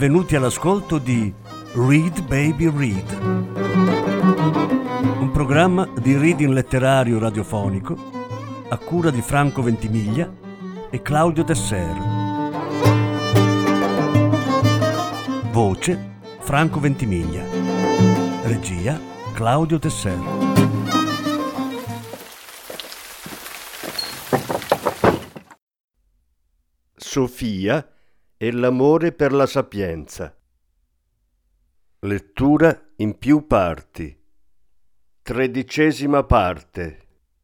benvenuti all'ascolto di Read Baby Read, un programma di reading letterario radiofonico a cura di Franco Ventimiglia e Claudio Tesser. Voce Franco Ventimiglia. Regia Claudio Tesser. Sofia e l'amore per la sapienza. Lettura in più parti. 13ª parte.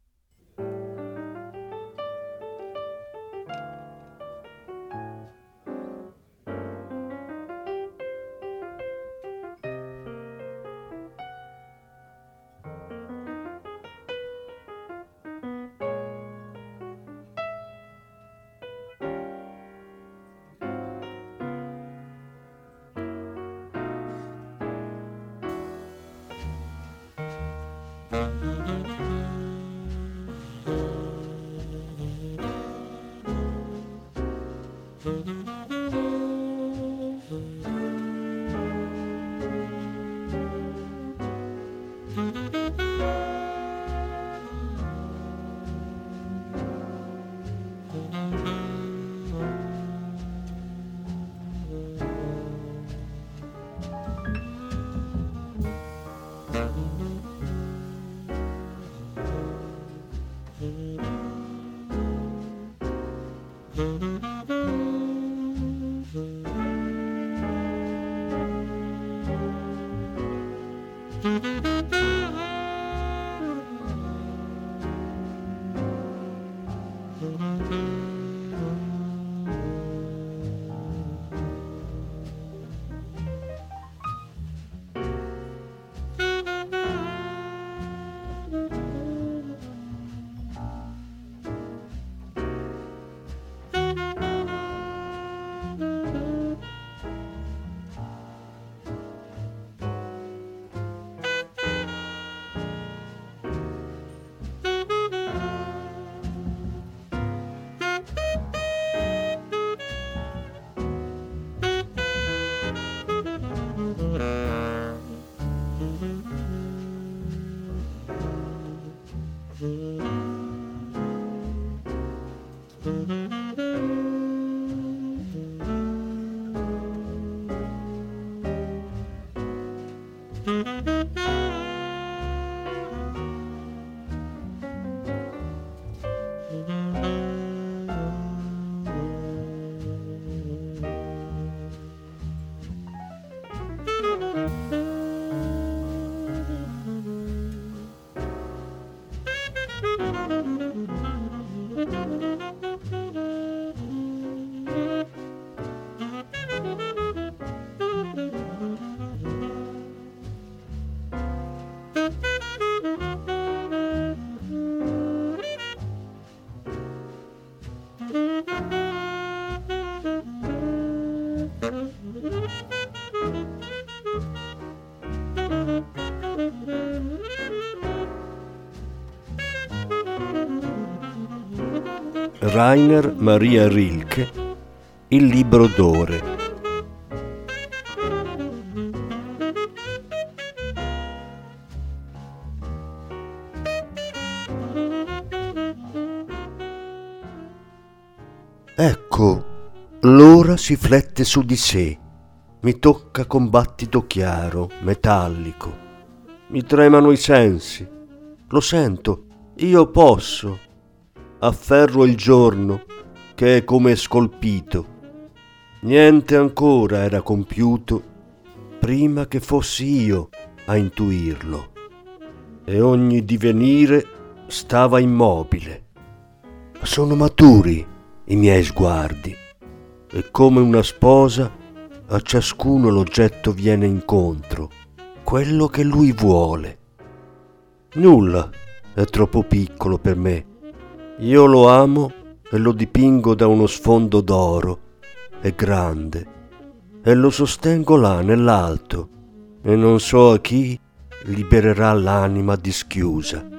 Rainer Maria Rilke, Il libro d'ore. Ecco, l'ora si flette su di sé, mi tocca con battito chiaro, metallico. Mi tremano i sensi, lo sento, io posso. Afferro il giorno che è come scolpito. Niente ancora era compiuto prima che fossi io a intuirlo, e ogni divenire stava immobile. Sono maturi i miei sguardi, e come una sposa a ciascuno l'oggetto viene incontro, quello che lui vuole. Nulla è troppo piccolo per me. Io lo amo e lo dipingo da uno sfondo d'oro, è grande, e lo sostengo là nell'alto, e non so a chi libererà l'anima dischiusa.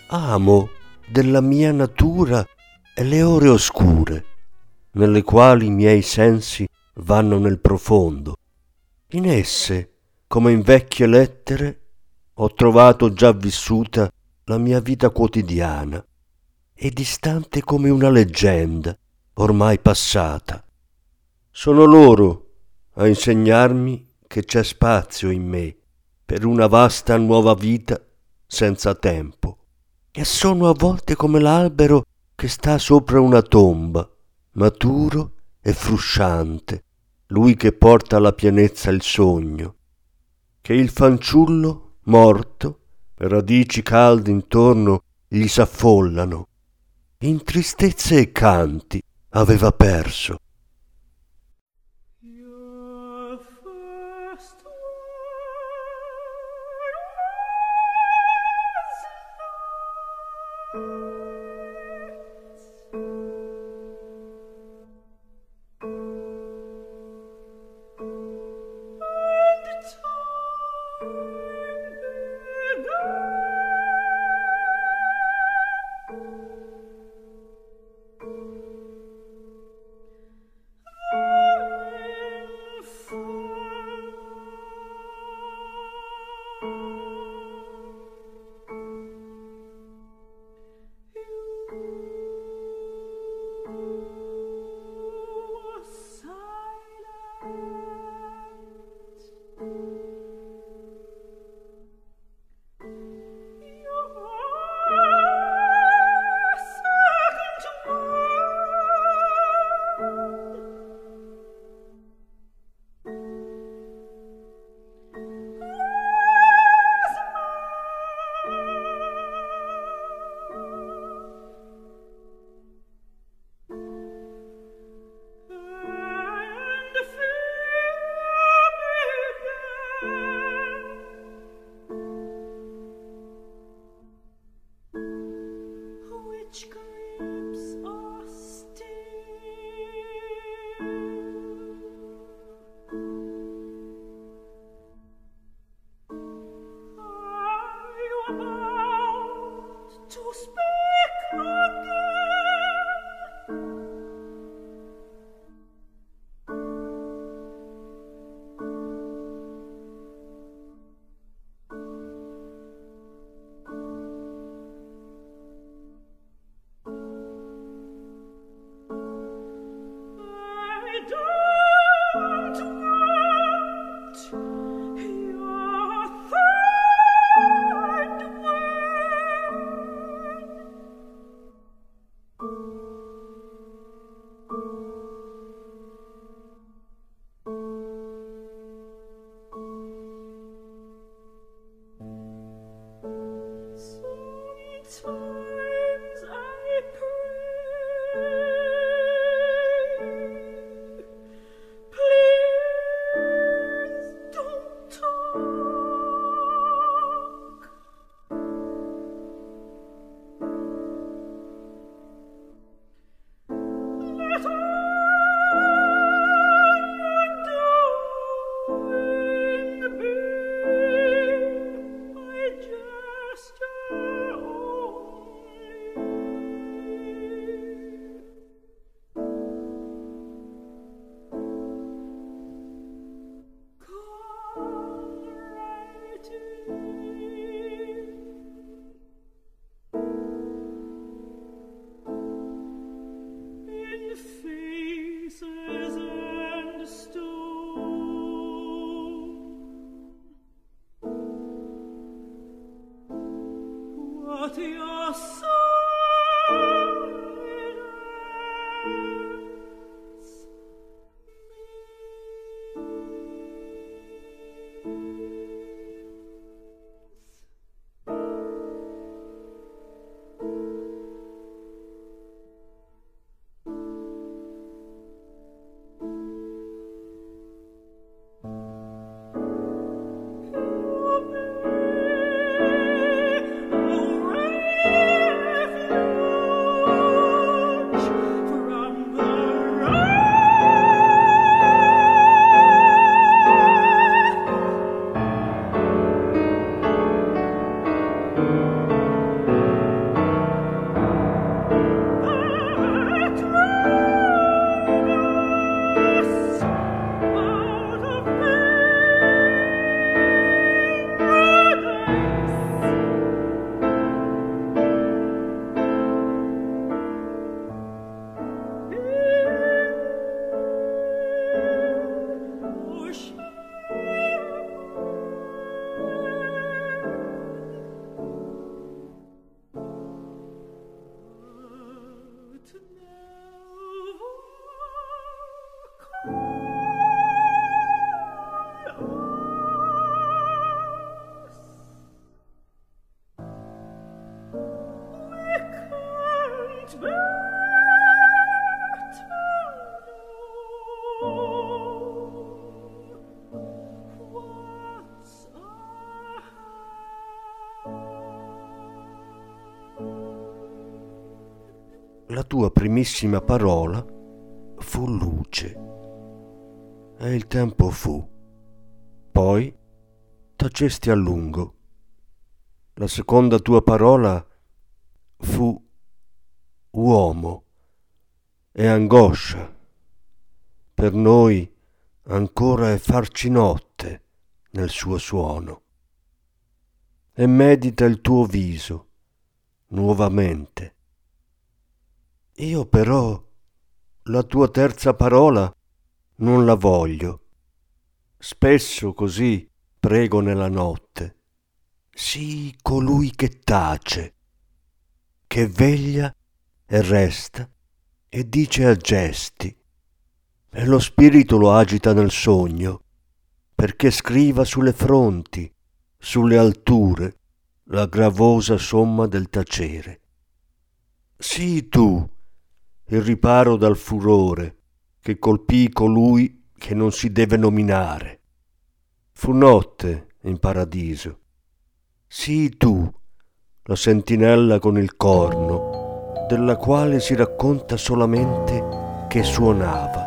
Amo della mia natura e le ore oscure, nelle quali i miei sensi vanno nel profondo. In esse, come in vecchie lettere, ho trovato già vissuta la mia vita quotidiana e distante come una leggenda ormai passata. Sono loro a insegnarmi che c'è spazio in me per una vasta nuova vita senza tempo. E sono a volte come l'albero che sta sopra una tomba, maturo e frusciante, lui che porta alla pienezza il sogno, che il fanciullo morto, radici calde intorno gli s'affollano, in tristezze e canti aveva perso. la tua primissima parola fu luce. E il tempo fu. Poi tacesti a lungo. La seconda tua parola fu uomo e angoscia. Per noi ancora è farci notte nel suo suono. E medita il tuo viso nuovamente. Io però la tua terza parola non la voglio. Spesso così prego nella notte. Sii colui che tace, che veglia e resta e dice a gesti, e lo spirito lo agita nel sogno, perché scriva sulle fronti, sulle alture, la gravosa somma del tacere. Sii tu il riparo dal furore che colpì colui che non si deve nominare. Fu notte in paradiso. Sii tu la sentinella con il corno, della quale si racconta solamente che suonava.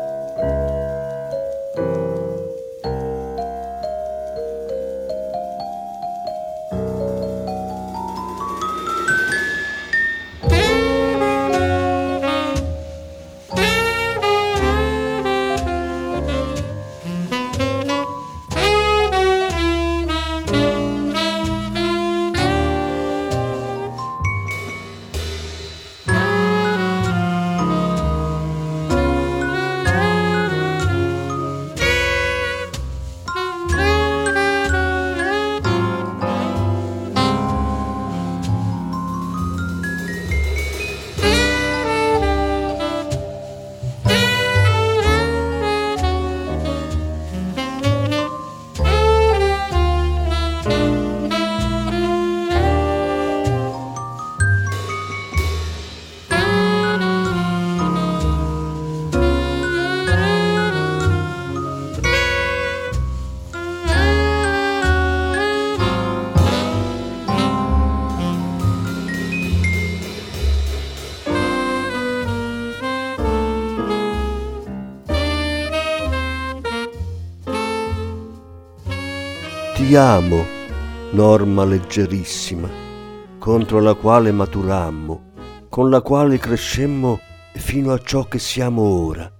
Ti amo, norma leggerissima, contro la quale maturammo, con la quale crescemmo fino a ciò che siamo ora.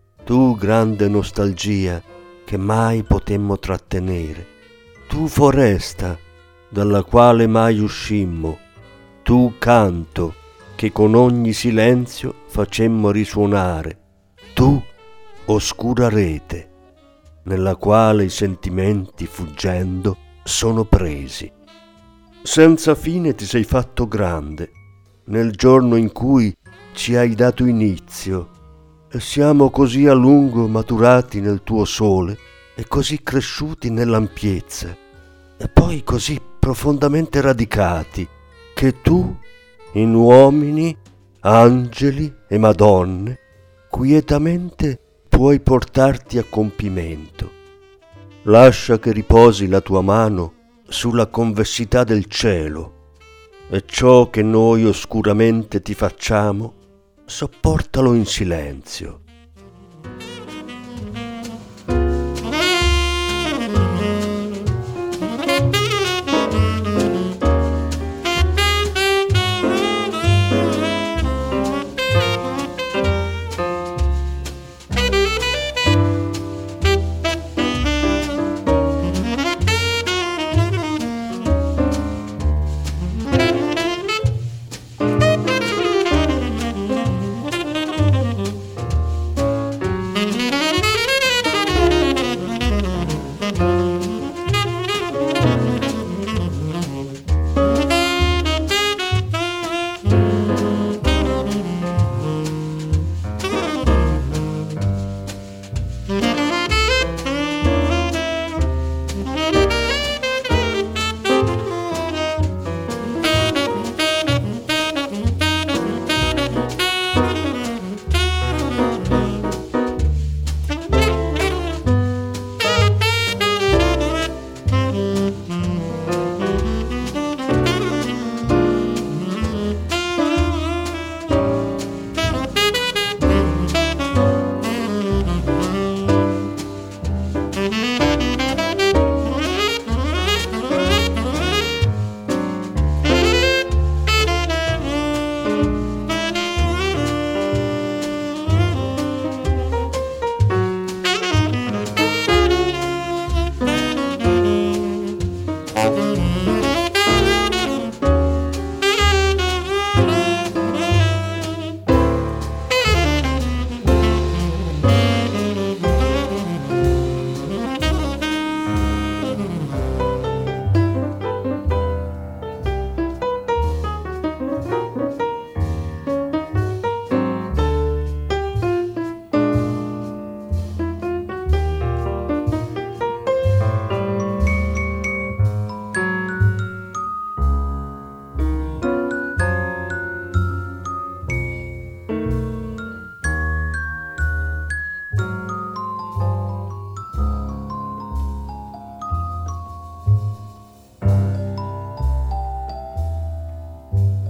Tu grande nostalgia che mai potemmo trattenere, tu foresta dalla quale mai uscimmo, tu canto che con ogni silenzio facemmo risuonare, tu oscura rete nella quale i sentimenti fuggendo sono presi. Senza fine ti sei fatto grande nel giorno in cui ci hai dato inizio, e siamo così a lungo maturati nel tuo sole e così cresciuti nell'ampiezza e poi così profondamente radicati che tu in uomini, angeli e madonne quietamente puoi portarti a compimento. Lascia che riposi la tua mano sulla convessità del cielo e ciò che noi oscuramente ti facciamo, sopportalo in silenzio.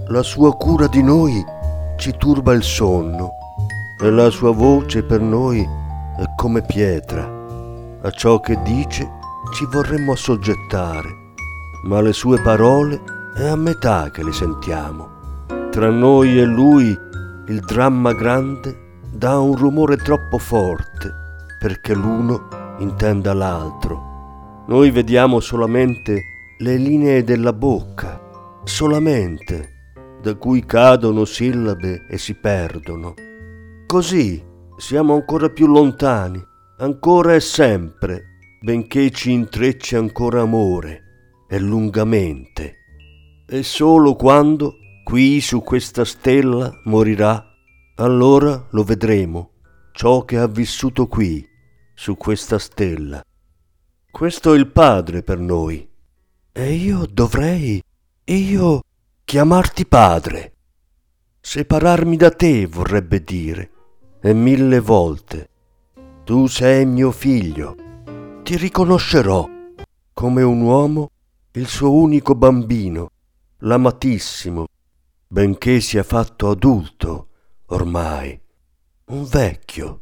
La sua cura di noi ci turba il sonno e la sua voce per noi è come pietra. A ciò che dice ci vorremmo assoggettare, ma le sue parole è a metà che le sentiamo. Tra noi e lui il dramma grande dà un rumore troppo forte perché l'uno intenda l'altro. Noi vediamo solamente le linee della bocca, solamente, da cui cadono sillabe e si perdono. Così siamo ancora più lontani, ancora e sempre, benché ci intrecci ancora amore e lungamente. E solo quando qui su questa stella morirà, allora lo vedremo, ciò che ha vissuto qui, su questa stella. Questo è il Padre per noi. E io dovrei chiamarti Padre. Separarmi da te vorrebbe dire, e 1000 volte. Tu sei mio figlio. Ti riconoscerò come un uomo, il suo unico bambino, l'amatissimo, benché sia fatto adulto ormai, un vecchio.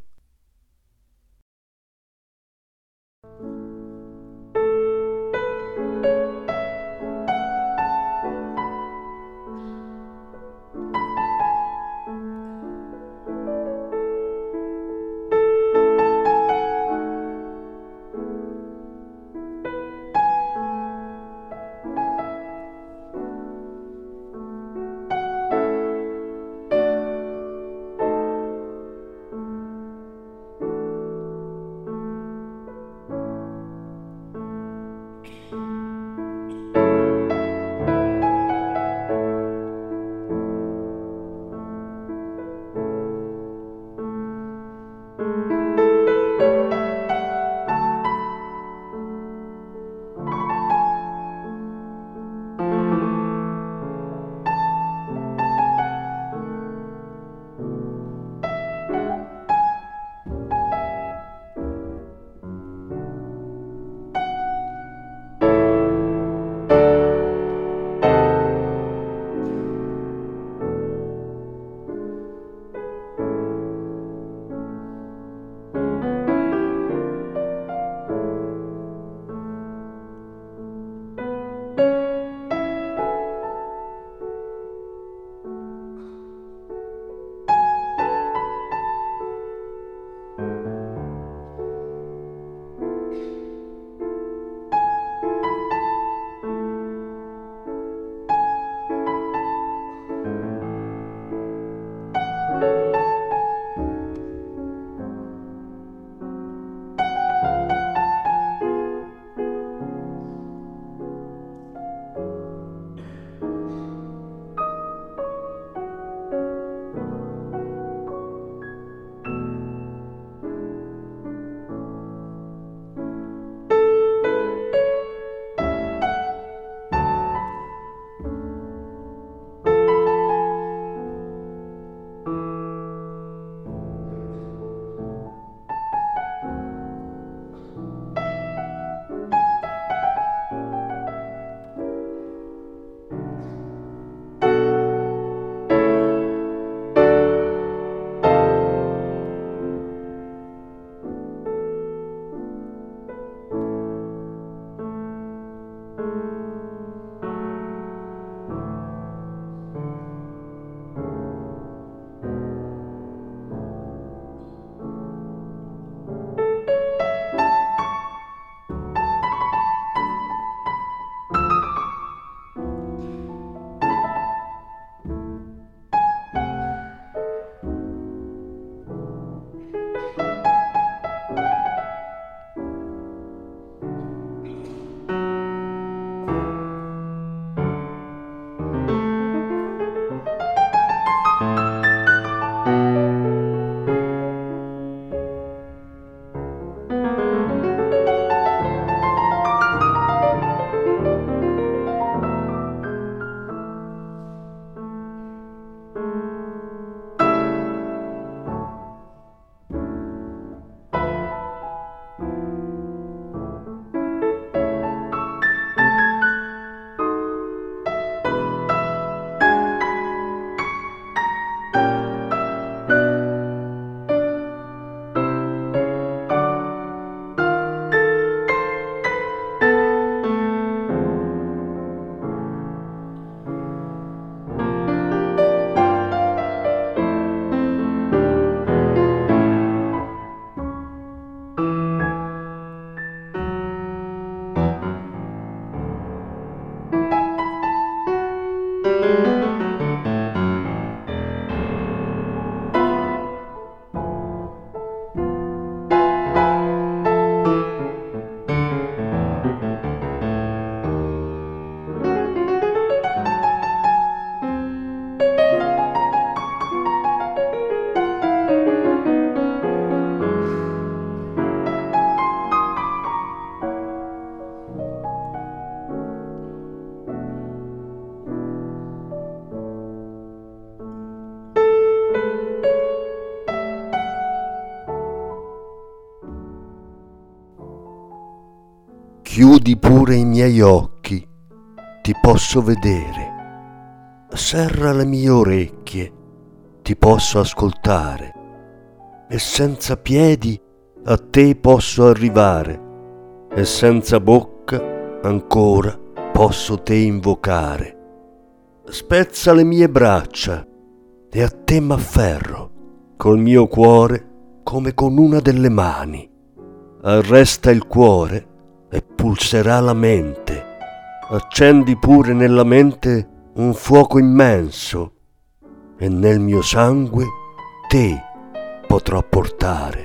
Chiudi pure i miei occhi, ti posso vedere. Serra le mie orecchie, ti posso ascoltare. E senza piedi a te posso arrivare. E senza bocca ancora posso te invocare. Spezza le mie braccia e a te m'afferro, col mio cuore come con una delle mani. Arresta il cuore e pulserà la mente. Accendi pure nella mente un fuoco immenso e nel mio sangue te potrò portare.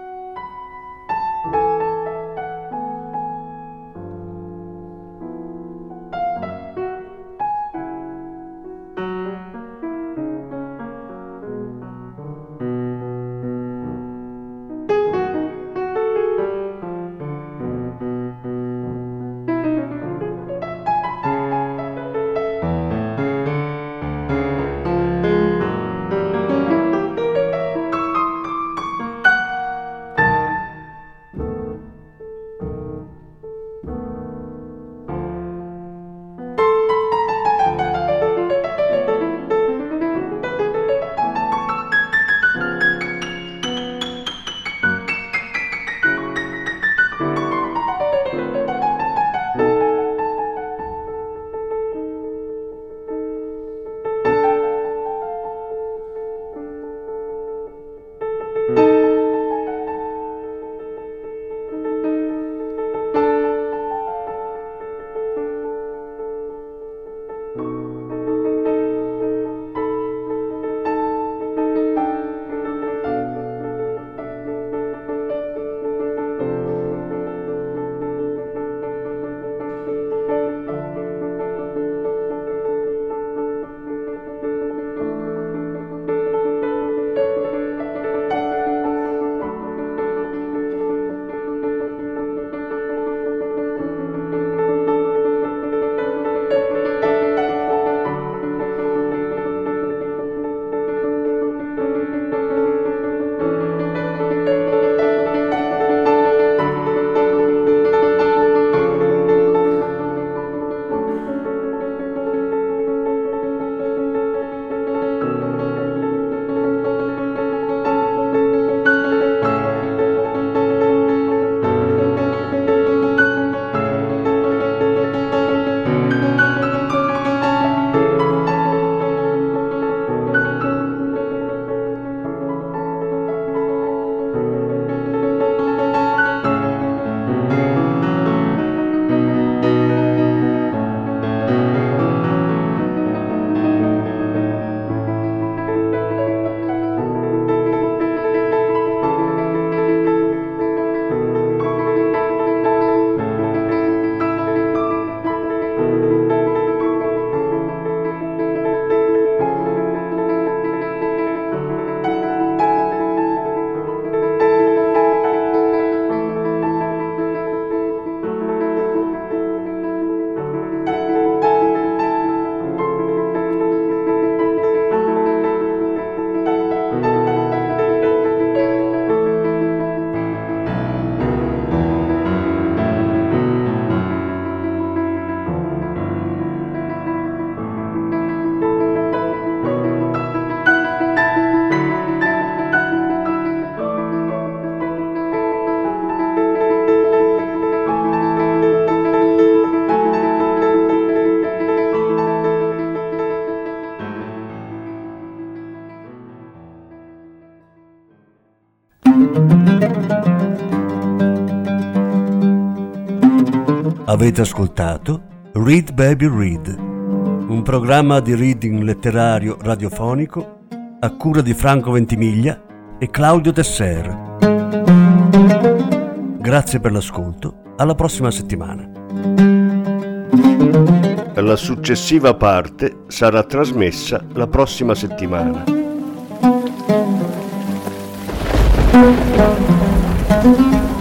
Avete ascoltato Read Baby Read, un programma di reading letterario radiofonico a cura di Franco Ventimiglia e Claudio Tesser. Grazie per l'ascolto, alla prossima settimana. La successiva parte sarà trasmessa la prossima settimana.